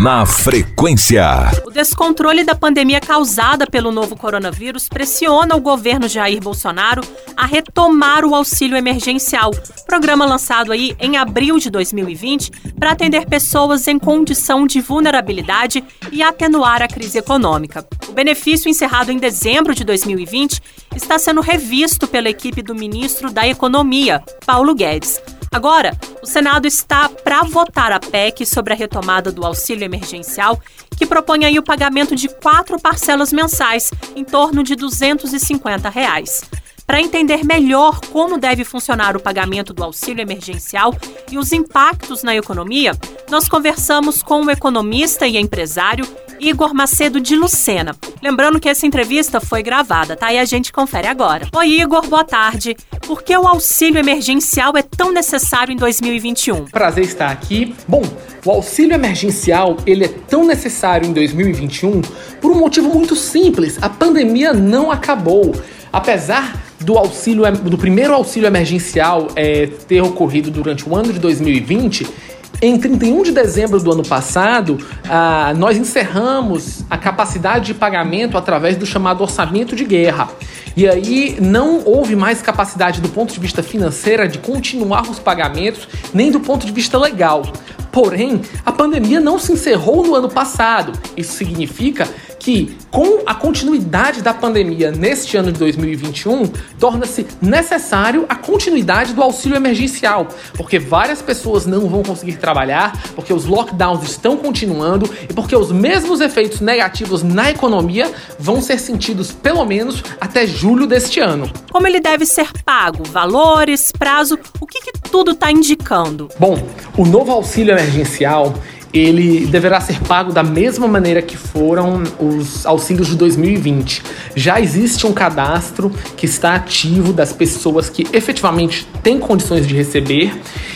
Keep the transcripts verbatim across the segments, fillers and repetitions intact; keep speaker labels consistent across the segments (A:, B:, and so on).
A: Na Frequência.
B: O descontrole da pandemia causada pelo novo coronavírus pressiona o governo Jair Bolsonaro a retomar o auxílio emergencial, programa lançado aí em abril de dois mil e vinte para atender pessoas em condição de vulnerabilidade e atenuar a crise econômica. O benefício, encerrado em dezembro de dois mil e vinte, está sendo revisto pela equipe do ministro da Economia, Paulo Guedes. Agora, o Senado está para votar a P E C sobre a retomada do auxílio emergencial, que propõe aí o pagamento de quatro parcelas mensais, em torno de duzentos e cinquenta reais. Para entender melhor como deve funcionar o pagamento do auxílio emergencial e os impactos na economia, nós conversamos com o economista e empresário Igor Macedo de Lucena. Lembrando que essa entrevista foi gravada, tá? E a gente confere agora. Oi, Igor, boa tarde. Por que o auxílio emergencial é tão necessário em dois mil e vinte e um?
C: Prazer estar aqui. Bom, o auxílio emergencial ele é tão necessário em dois mil e vinte e um por um motivo muito simples. A pandemia não acabou. Apesar do auxílio, do primeiro auxílio emergencial é, ter ocorrido durante o ano de dois mil e vinte, em trinta e um de dezembro do ano passado, ah, nós encerramos a capacidade de pagamento através do chamado orçamento de guerra. E aí não houve mais capacidade do ponto de vista financeiro de continuar os pagamentos, nem do ponto de vista legal. Porém, a pandemia não se encerrou no ano passado. Isso significa que, com a continuidade da pandemia neste ano de dois mil e vinte e um, torna-se necessário a continuidade do auxílio emergencial, porque várias pessoas não vão conseguir trabalhar, porque os lockdowns estão continuando e porque os mesmos efeitos negativos na economia vão ser sentidos pelo menos até julho deste ano.
B: Como ele deve ser pago? Valores, prazo, o que, que tudo está indicando?
C: Bom, o novo auxílio emergencial ele deverá ser pago da mesma maneira que foram os auxílios de dois mil e vinte. Já existe um cadastro que está ativo das pessoas que efetivamente têm condições de receber.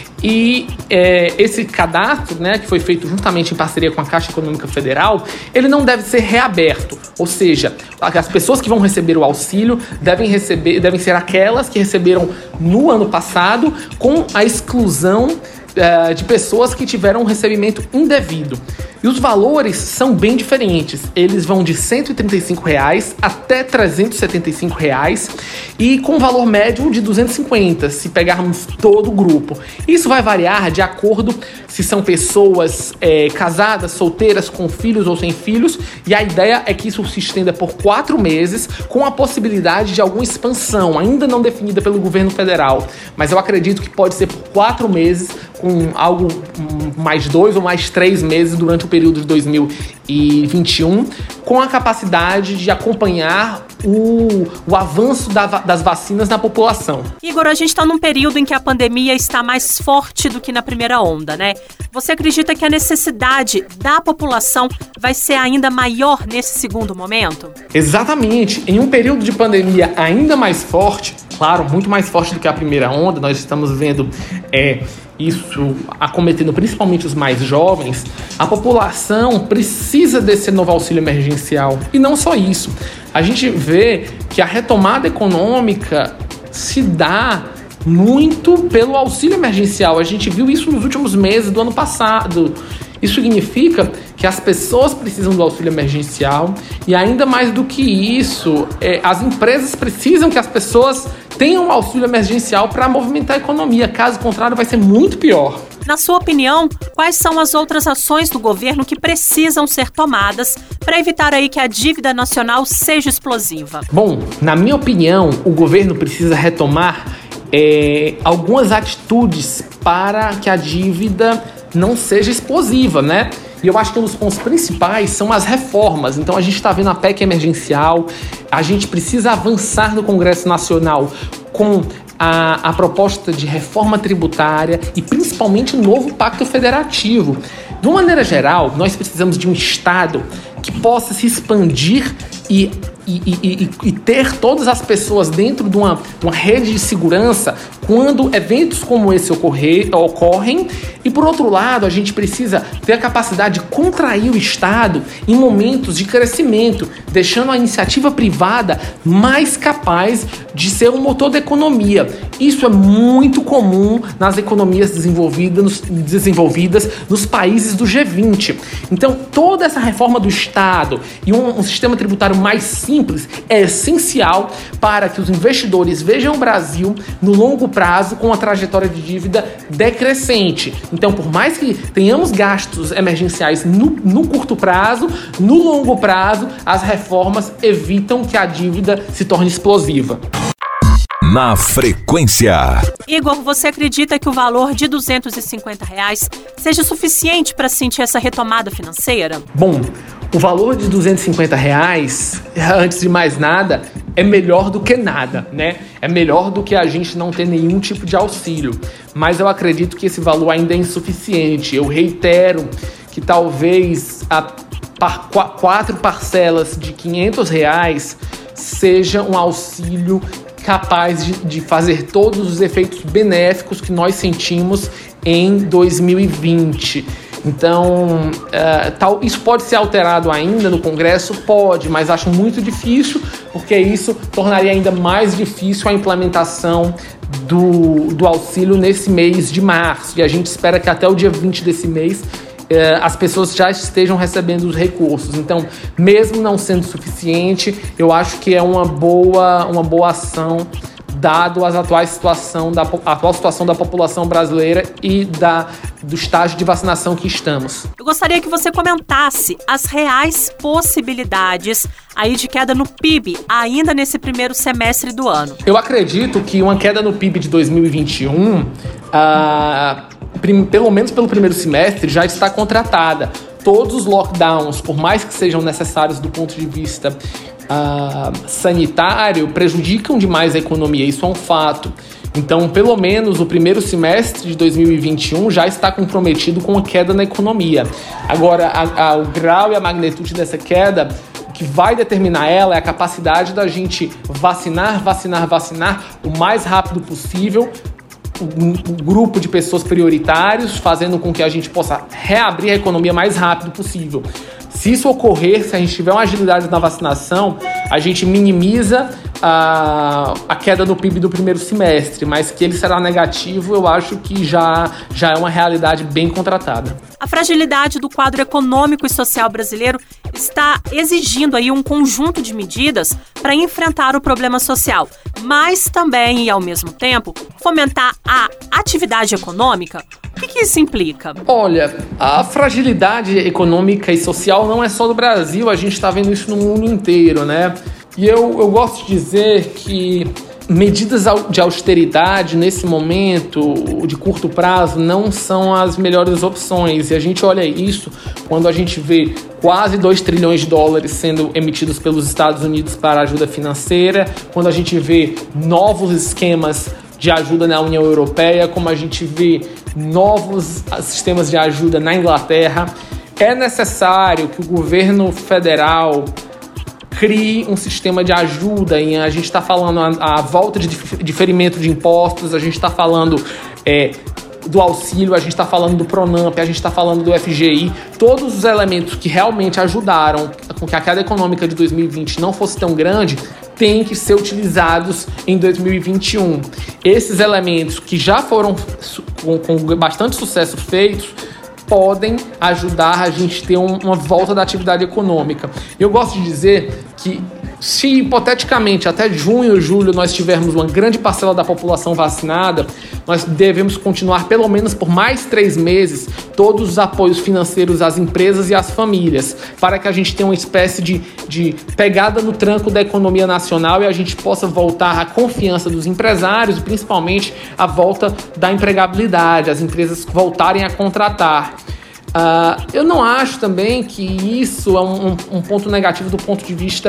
C: E é, esse cadastro, né, que foi feito juntamente em parceria com a Caixa Econômica Federal, ele não deve ser reaberto. Ou seja, as pessoas que vão receber o auxílio devem, receber, devem ser aquelas que receberam no ano passado, com a exclusão de pessoas que tiveram um recebimento indevido. E os valores são bem diferentes. Eles vão de cento e trinta e cinco reais até trezentos e setenta e cinco reais e com valor médio de duzentos e cinquenta, se pegarmos todo o grupo. Isso vai variar de acordo se são pessoas é, casadas, solteiras, com filhos ou sem filhos, e a ideia é que isso se estenda por quatro meses, com a possibilidade de alguma expansão, ainda não definida pelo governo federal. Mas eu acredito que pode ser por quatro meses, com algo mais dois ou mais três meses durante o período de dois mil e vinte e um, com a capacidade de acompanhar o, o avanço da, das vacinas na população.
B: Igor, a gente está num período em que a pandemia está mais forte do que na primeira onda, né? Você acredita que a necessidade da população vai ser ainda maior nesse segundo momento?
C: Exatamente. Em um período de pandemia ainda mais forte, claro, muito mais forte do que a primeira onda, nós estamos vendo é, isso acometendo principalmente os mais jovens, a população precisa desse novo auxílio emergencial. E não só isso. A gente vê que a retomada econômica se dá muito pelo auxílio emergencial. A gente viu isso nos últimos meses do ano passado. Isso significa que as pessoas precisam do auxílio emergencial e, ainda mais do que isso, é, as empresas precisam que as pessoas tenham um auxílio emergencial para movimentar a economia. Caso contrário, vai ser muito pior.
B: Na sua opinião, quais são as outras ações do governo que precisam ser tomadas para evitar aí que a dívida nacional seja explosiva?
C: Bom, na minha opinião, o governo precisa retomar é, algumas atitudes para que a dívida não seja explosiva, né? E eu acho que um dos pontos principais são as reformas. Então a gente está vendo a P E C emergencial, a gente precisa avançar no Congresso Nacional com a, a proposta de reforma tributária e principalmente o novo Pacto Federativo. De uma maneira geral, nós precisamos de um Estado que possa se expandir e E, e, e ter todas as pessoas dentro de uma, uma rede de segurança quando eventos como esse ocorrer, ocorrem. E, por outro lado, a gente precisa ter a capacidade de contrair o Estado em momentos de crescimento, deixando a iniciativa privada mais capaz de ser um motor da economia. Isso é muito comum nas economias desenvolvidas, desenvolvidas nos países do G vinte. Então, toda essa reforma do Estado e um, um sistema tributário mais simples é essencial para que os investidores vejam o Brasil no longo prazo com uma trajetória de dívida decrescente. Então, por mais que tenhamos gastos emergenciais no, no curto prazo, no longo prazo, as reformas evitam que a dívida se torne explosiva.
A: Na Frequência.
B: Igor, você acredita que o valor de duzentos e cinquenta reais seja suficiente para sentir essa retomada financeira?
C: Bom, o valor de duzentos e cinquenta reais, antes de mais nada, é melhor do que nada, né? É melhor do que a gente não ter nenhum tipo de auxílio. Mas eu acredito que esse valor ainda é insuficiente. Eu reitero que talvez a par, quatro parcelas de quinhentos reais seja um auxílio capaz de, de fazer todos os efeitos benéficos que nós sentimos em dois mil e vinte. Então, uh, tal, isso pode ser alterado ainda no Congresso? Pode, mas acho muito difícil, porque isso tornaria ainda mais difícil a implementação do, do auxílio nesse mês de março. E a gente espera que até o dia vinte desse mês as pessoas já estejam recebendo os recursos. Então, mesmo não sendo suficiente, eu acho que é uma boa, uma boa ação, dado a atual situação da, a atual situação da população brasileira e da, do estágio de vacinação que estamos.
B: Eu gostaria que você comentasse as reais possibilidades aí de queda no P I B ainda nesse primeiro semestre do ano.
C: Eu acredito que uma queda no P I B de dois mil e vinte e um, ah, pelo menos pelo primeiro semestre, já está contratada. Todos os lockdowns, por mais que sejam necessários do ponto de vista uh, sanitário, prejudicam demais a economia, isso é um fato. Então, pelo menos o primeiro semestre de dois mil e vinte e um já está comprometido com a queda na economia. Agora, a, a, o grau e a magnitude dessa queda, o que vai determinar ela é a capacidade da gente vacinar, vacinar, vacinar o mais rápido possível, um grupo de pessoas prioritários, fazendo com que a gente possa reabrir a economia mais rápido possível. Se isso ocorrer, se a gente tiver uma agilidade na vacinação, a gente minimiza a, a queda no P I B do primeiro semestre, mas que ele será negativo, eu acho que já, já é uma realidade bem contratada.
B: A fragilidade do quadro econômico e social brasileiro está exigindo aí um conjunto de medidas para enfrentar o problema social, mas também, e ao mesmo tempo, fomentar a atividade econômica. O que, que isso implica?
C: Olha, a fragilidade econômica e social não é só do Brasil, a gente está vendo isso no mundo inteiro, né? E eu, eu gosto de dizer que medidas de austeridade nesse momento, de curto prazo, não são as melhores opções. E a gente olha isso quando a gente vê quase dois trilhões de dólares sendo emitidos pelos Estados Unidos para ajuda financeira, quando a gente vê novos esquemas de ajuda na União Europeia, como a gente vê novos sistemas de ajuda na Inglaterra. É necessário que o governo federal crie um sistema de ajuda. E a gente está falando a, a volta de diferimento de impostos, a gente está falando é, do auxílio, a gente está falando do Pronamp, a gente está falando do F G I, todos os elementos que realmente ajudaram com que a queda econômica de dois mil e vinte não fosse tão grande, têm que ser utilizados em dois mil e vinte e um. Esses elementos que já foram com, com bastante sucesso feitos podem ajudar a gente ter um, uma volta da atividade econômica. Eu gosto de dizer que se hipoteticamente até junho, julho nós tivermos uma grande parcela da população vacinada, nós devemos continuar pelo menos por mais três meses todos os apoios financeiros às empresas e às famílias, para que a gente tenha uma espécie de, de pegada no tranco da economia nacional e a gente possa voltar à confiança dos empresários, principalmente a volta da empregabilidade, as empresas voltarem a contratar. Uh, eu não acho também que isso é um, um, um ponto negativo do ponto de vista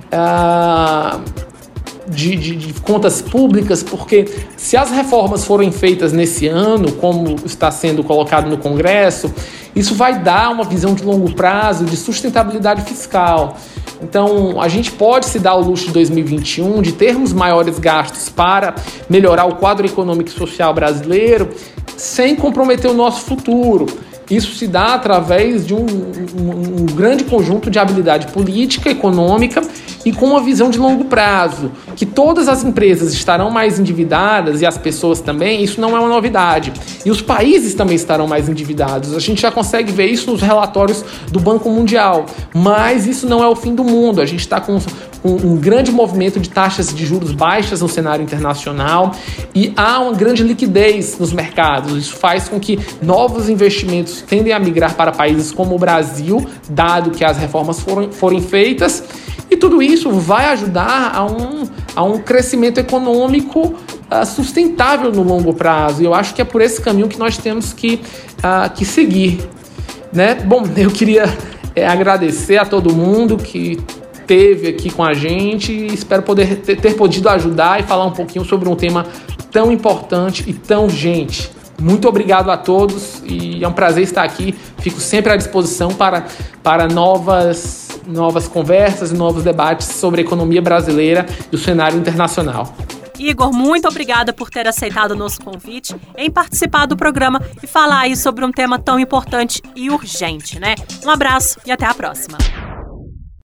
C: uh, de, de, de contas públicas, porque se as reformas forem feitas nesse ano, como está sendo colocado no Congresso, isso vai dar uma visão de longo prazo de sustentabilidade fiscal. Então, a gente pode se dar o luxo de dois mil e vinte e um de termos maiores gastos para melhorar o quadro econômico e social brasileiro sem comprometer o nosso futuro. Isso se dá através de um, um, um grande conjunto de habilidade política, econômica e com uma visão de longo prazo, que todas as empresas estarão mais endividadas e as pessoas também, isso não é uma novidade. E os países também estarão mais endividados. A gente já consegue ver isso nos relatórios do Banco Mundial, mas isso não é o fim do mundo. A gente está com um, um grande movimento de taxas de juros baixas no cenário internacional e há uma grande liquidez nos mercados. Isso faz com que novos investimentos tendem a migrar para países como o Brasil, dado que as reformas foram, forem feitas, e tudo isso vai ajudar a um, a um crescimento econômico uh, sustentável no longo prazo. E eu acho que é por esse caminho que nós temos que, uh, que seguir, né? Bom, eu queria é, agradecer a todo mundo que esteve aqui com a gente e espero poder ter, ter podido ajudar e falar um pouquinho sobre um tema tão importante e tão urgente. Muito obrigado a todos e é um prazer estar aqui. Fico sempre à disposição para, para novas, novas conversas e novos debates sobre a economia brasileira e o cenário internacional.
B: Igor, muito obrigada por ter aceitado o nosso convite em participar do programa e falar aí sobre um tema tão importante e urgente, né? Um abraço e até a próxima.